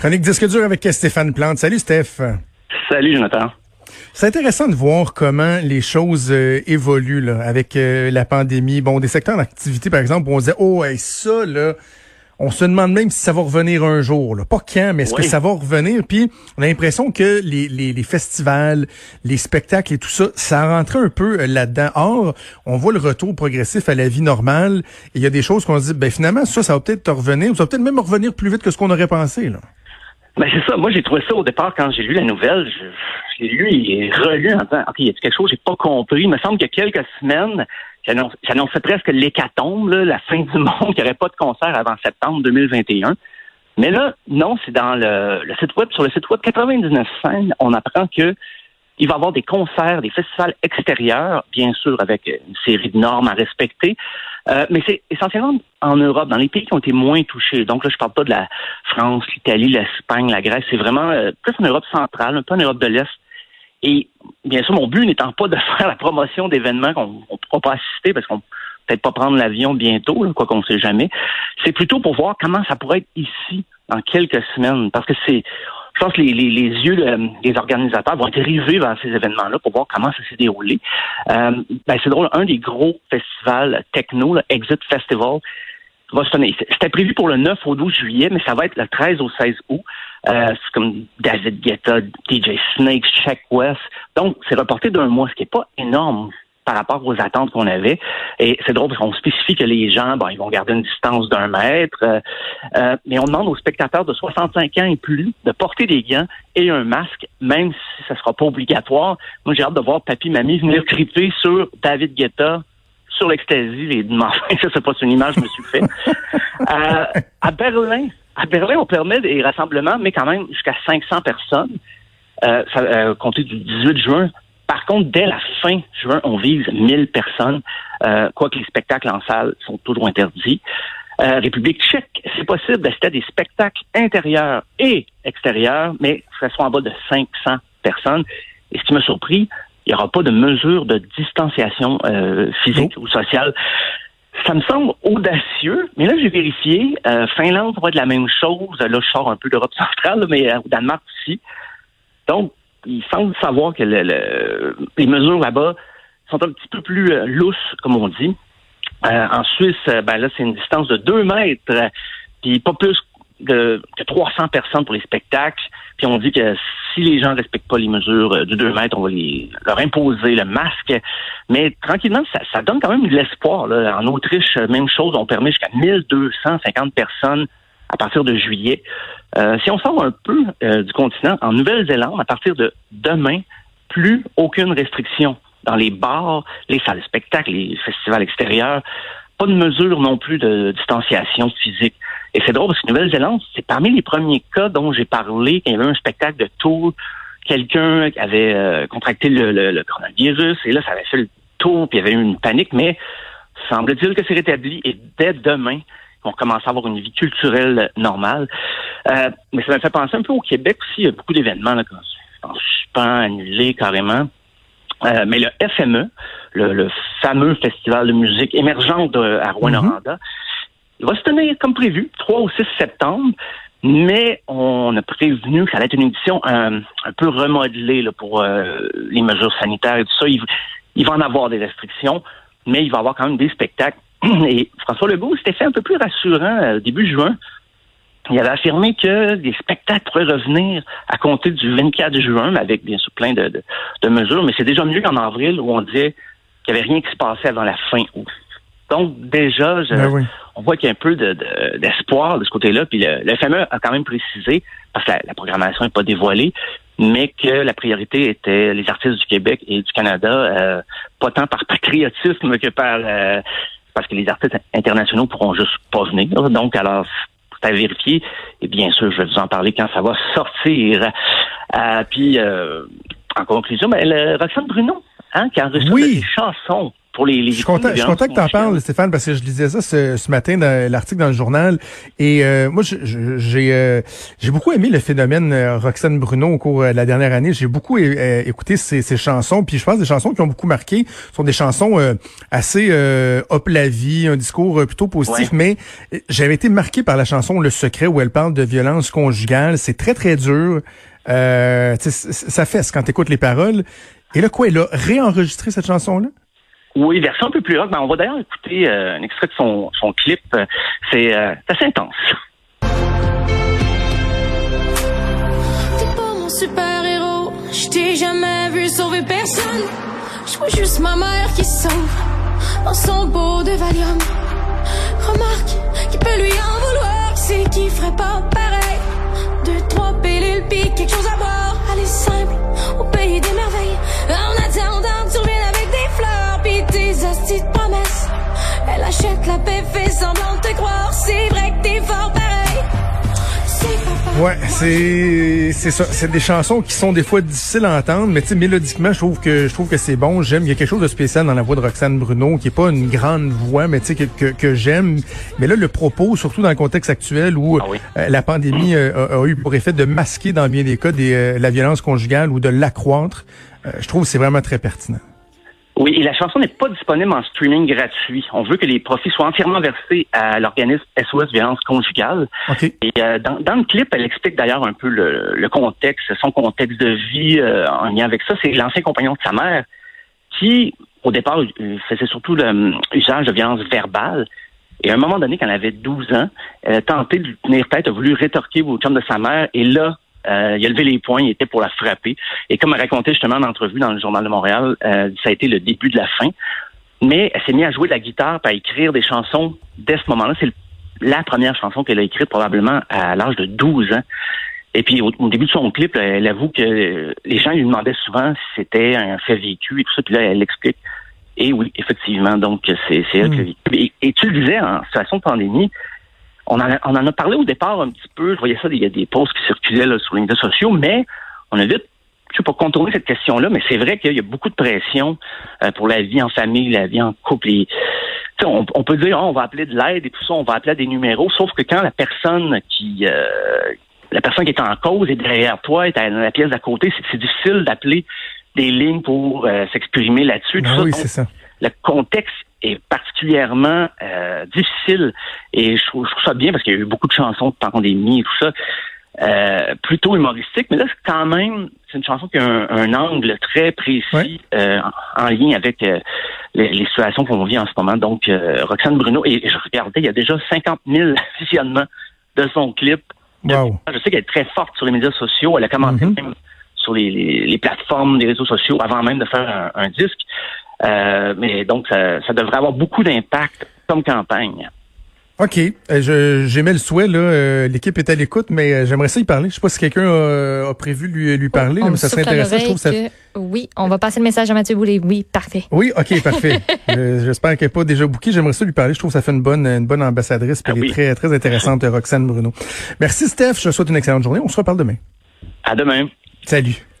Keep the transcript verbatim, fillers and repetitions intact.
Chronique Disque dur avec Stéphane Plante. Salut Steph. Salut Jonathan. C'est intéressant de voir comment les choses euh, évoluent là, avec euh, la pandémie. Bon, des secteurs d'activité, par exemple, où on se disait, oh, hey, ça, là, on se demande même si ça va revenir un jour. Là. Pas quand, mais est-ce oui. que ça va revenir? Puis, on a l'impression que les, les, les festivals, les spectacles et tout ça, ça rentrait un peu euh, là-dedans. Or, on voit le retour progressif à la vie normale. Et il y a des choses qu'on se dit, ben finalement, ça, ça va peut-être revenir. Ça va peut-être même revenir plus vite que ce qu'on aurait pensé, là. Ben c'est ça. Moi, j'ai trouvé ça au départ quand j'ai lu la nouvelle. Je, je l'ai lu et relu en disant, OK, il y a quelque chose que j'ai pas compris. Il me semble qu'il y a quelques semaines, j'annonçais, j'annonçais presque l'hécatombe, là, la fin du monde, qu'il n'y aurait pas de concert avant septembre deux mille vingt et un. Mais là, non, c'est dans le, le site web, sur le site web quatre-vingt-dix-neuf scènes, on apprend que il va y avoir des concerts, des festivals extérieurs, bien sûr, avec une série de normes à respecter. Euh, mais c'est essentiellement en Europe, dans les pays qui ont été moins touchés. Donc là, je parle pas de la France, l'Italie, l'Espagne, la Grèce. C'est vraiment euh, plus en Europe centrale, un peu en Europe de l'Est. Et bien sûr, mon but n'étant pas de faire la promotion d'événements qu'on ne pourra pas assister parce qu'on ne peut peut-être pas prendre l'avion bientôt, là, quoi qu'on ne sait jamais. C'est plutôt pour voir comment ça pourrait être ici dans quelques semaines. Parce que c'est... Je pense que les, les, les yeux euh, des organisateurs vont être rivés vers ces événements-là pour voir comment ça s'est déroulé. Euh, ben c'est drôle, un des gros festivals techno, là, Exit Festival, va se tenir. C'était prévu pour le neuf au douze juillet, mais ça va être le treize au seize août. Euh, c'est comme David Guetta, D J Snake, Check West. Donc, c'est reporté d'un mois, ce qui n'est pas énorme par rapport aux attentes qu'on avait. Et c'est drôle parce qu'on spécifie que les gens, bon, ils vont garder une distance d'un mètre, euh, euh, mais on demande aux spectateurs de soixante-cinq ans et plus de porter des gants et un masque, même si ça sera pas obligatoire. Moi, j'ai hâte de voir papy, mamie venir triper sur David Guetta, sur l'Ecstasy, les enfin, ça, c'est pas une image que je me suis fait. euh, à Berlin, à Berlin, on permet des rassemblements, mais quand même jusqu'à cinq cents personnes, euh, ça, euh, compté du dix-huit juin. Par contre, dès la fin juin, on vise mille personnes, euh, quoique les spectacles en salle sont toujours interdits. Euh, République tchèque, c'est possible d'assister à des spectacles intérieurs et extérieurs, mais ce soit en bas de cinq cents personnes. Et ce qui m'a surpris, il n'y aura pas de mesure de distanciation euh, physique oh. ou sociale. Ça me semble audacieux, mais là, j'ai vérifié. Euh, Finlande, ça va être la même chose. Là, je sors un peu d'Europe centrale, mais euh, au Danemark aussi. Donc, il semble savoir que le, le, les mesures là-bas sont un petit peu plus euh, lousses, comme on dit. Euh, en Suisse, euh, ben là, c'est une distance de deux mètres, euh, puis pas plus de, que trois cents personnes pour les spectacles. Puis on dit que si les gens ne respectent pas les mesures euh, de deux mètres, on va les, leur imposer le masque. Mais tranquillement, ça, ça donne quand même de l'espoir. Là. En Autriche, même chose, on permet jusqu'à mille deux cent cinquante personnes à partir de juillet. Euh, si on sort un peu euh, du continent, en Nouvelle-Zélande, à partir de demain, plus aucune restriction dans les bars, les salles de spectacle, les festivals extérieurs. Pas de mesure non plus de distanciation physique. Et c'est drôle parce que Nouvelle-Zélande, c'est parmi les premiers cas dont j'ai parlé quand il y avait un spectacle de tour, quelqu'un qui avait euh, contracté le, le, le coronavirus, et là, ça avait fait le tour, puis il y avait eu une panique, mais semble-t-il que c'est rétabli, et dès demain, on commence à avoir une vie culturelle normale. Euh, mais ça me fait penser un peu au Québec aussi. Il y a beaucoup d'événements là, en suspens, annulés carrément. Euh, mais le F M E, le, le fameux festival de musique émergente à Rouyn-Noranda, mm-hmm. il va se tenir comme prévu, trois au six septembre. Mais on a prévenu que ça allait être une édition un, un peu remodelée là, pour euh, les mesures sanitaires et tout ça. Il, il va en avoir des restrictions, mais il va y avoir quand même des spectacles. Et François Legault s'était fait un peu plus rassurant euh, début juin. Il avait affirmé que les spectacles pourraient revenir à compter du vingt-quatre juin, mais avec bien sûr plein de, de, de mesures. Mais c'est déjà mieux qu'en avril où on disait qu'il n'y avait rien qui se passait avant la fin août. Donc déjà, je, ben oui. on voit qu'il y a un peu de, de, d'espoir de ce côté-là. Puis le, le F M E a quand même précisé, parce que la, la programmation n'est pas dévoilée, mais que la priorité était les artistes du Québec et du Canada, euh, pas tant par patriotisme que par... Euh, parce que les artistes internationaux pourront juste pas venir. Donc, alors, c'est à vérifier. Et bien sûr, je vais vous en parler quand ça va sortir. Euh, puis, euh, en conclusion, ben, le Roxane Bruno, hein, qui a enregistré oui. des chansons pour les, les Je suis content, je suis content que tu en parles, Stéphane, parce que je lisais ça ce, ce matin dans l'article dans le journal. Et euh, moi, je, je, j'ai euh, j'ai beaucoup aimé le phénomène euh, Roxane Bruno au cours de la dernière année. J'ai beaucoup é- écouté ses, ses chansons. Puis je pense que des chansons qui ont beaucoup marqué sont des chansons euh, assez euh, hop la vie, un discours euh, plutôt positif. Ouais. Mais j'avais été marqué par la chanson Le Secret où elle parle de violence conjugale. C'est très, très dur. Euh, ça fesse quand tu écoutes les paroles. Et là, quoi, elle a réenregistré cette chanson-là? Oui, version un peu plus rock. Ben, on va d'ailleurs écouter euh, un extrait de son, son clip. C'est euh, assez intense. T'es pas mon super-héros. Je t'ai jamais vu sauver personne. Je vois juste ma mère qui sauve dans son pot de Valium. Remarque, qui peut lui en vouloir? Qui c'est qui ferait pas pareil? Deux, trois pilules, pis quelque chose à boire. Allez, simple, au pays des merveilles. En attendant, tu reviens avec des fleurs pis tes hosties de promesses. Elle achète la paix, fait semblant de te croire. C'est vrai que t'es fort pareil. Ouais, c'est c'est ça, c'est des chansons qui sont des fois difficiles à entendre, mais tu sais mélodiquement, je trouve que je trouve que c'est bon, j'aime, il y a quelque chose de spécial dans la voix de Roxane Bruno qui est pas une grande voix, mais tu sais que, que que j'aime, mais là le propos, surtout dans le contexte actuel où ah oui. euh, la pandémie euh, a, a eu pour effet de masquer dans bien des cas des, euh, la violence conjugale ou de l'accroître, euh, je trouve que c'est vraiment très pertinent. Oui, et la chanson n'est pas disponible en streaming gratuit. On veut que les profits soient entièrement versés à l'organisme S O S Violence Conjugale. Okay. Et euh, dans, dans le clip, elle explique d'ailleurs un peu le, le contexte, son contexte de vie euh, en lien avec ça. C'est l'ancien compagnon de sa mère qui, au départ, faisait surtout l'usage de violence verbale. Et à un moment donné, quand elle avait douze ans, elle a tenté de lui tenir tête, a voulu rétorquer au chum de sa mère. Et là, Euh, il a levé les poings, il était pour la frapper. Et comme elle racontait justement en entrevue dans le Journal de Montréal, euh, ça a été le début de la fin. Mais elle s'est mise à jouer de la guitare et à écrire des chansons dès ce moment-là. C'est le, la première chanson qu'elle a écrite probablement à l'âge de douze ans. Et puis au, au début de son clip, elle avoue que les gens lui demandaient souvent si c'était un fait vécu et tout ça. Puis là, elle l'explique. Et oui, effectivement, donc c'est, c'est elle qui l'a vécu. Et, et tu le disais, en situation de pandémie, On en, a, on en a parlé au départ un petit peu. Je voyais ça, il y a des posts qui circulaient là, sur les médias sociaux, mais on a vite, je sais pas, contourner cette question-là, mais c'est vrai qu'il y a beaucoup de pression euh, pour la vie en famille, la vie en couple. Et, on, on peut dire, oh, on va appeler de l'aide et tout ça, on va appeler à des numéros, sauf que quand la personne qui euh, la personne qui est en cause est derrière toi, est à la pièce d'à côté, c'est, c'est difficile d'appeler des lignes pour euh, s'exprimer là-dessus. Ah tout oui, ça. c'est ça. Le contexte est particulièrement euh, difficile et je trouve, je trouve ça bien parce qu'il y a eu beaucoup de chansons de pandémie et tout ça, euh, plutôt humoristiques, mais là c'est quand même c'est une chanson qui a un, un angle très précis ouais. euh, en, en lien avec euh, les, les situations qu'on vit en ce moment. Donc euh, Roxane Bruno, et, et je regardais, il y a déjà cinquante mille visionnements de son clip. Wow. Je sais qu'elle est très forte sur les médias sociaux, elle a commencé mm-hmm. même sur les, les, les plateformes des réseaux sociaux avant même de faire un, un disque. Euh, mais donc, ça, ça devrait avoir beaucoup d'impact comme campagne. OK. Euh, je, j'aimais le souhait, là. Euh, l'équipe est à l'écoute, mais euh, j'aimerais ça y parler. Je sais pas si quelqu'un a, a prévu lui, lui parler, on, là, on mais ça serait intéressant. Je trouve ça... Oui, on va passer le message à Mathieu Boulay. Oui, parfait. Oui, OK, parfait. euh, j'espère qu'elle n'est pas déjà bookée. J'aimerais ça lui parler. Je trouve que ça fait une bonne, une bonne ambassadrice. Puis ah, elle oui. est très, très intéressante, Roxane Bruno. Merci, Steph. Je te souhaite une excellente journée. On se reparle demain. À demain. Salut.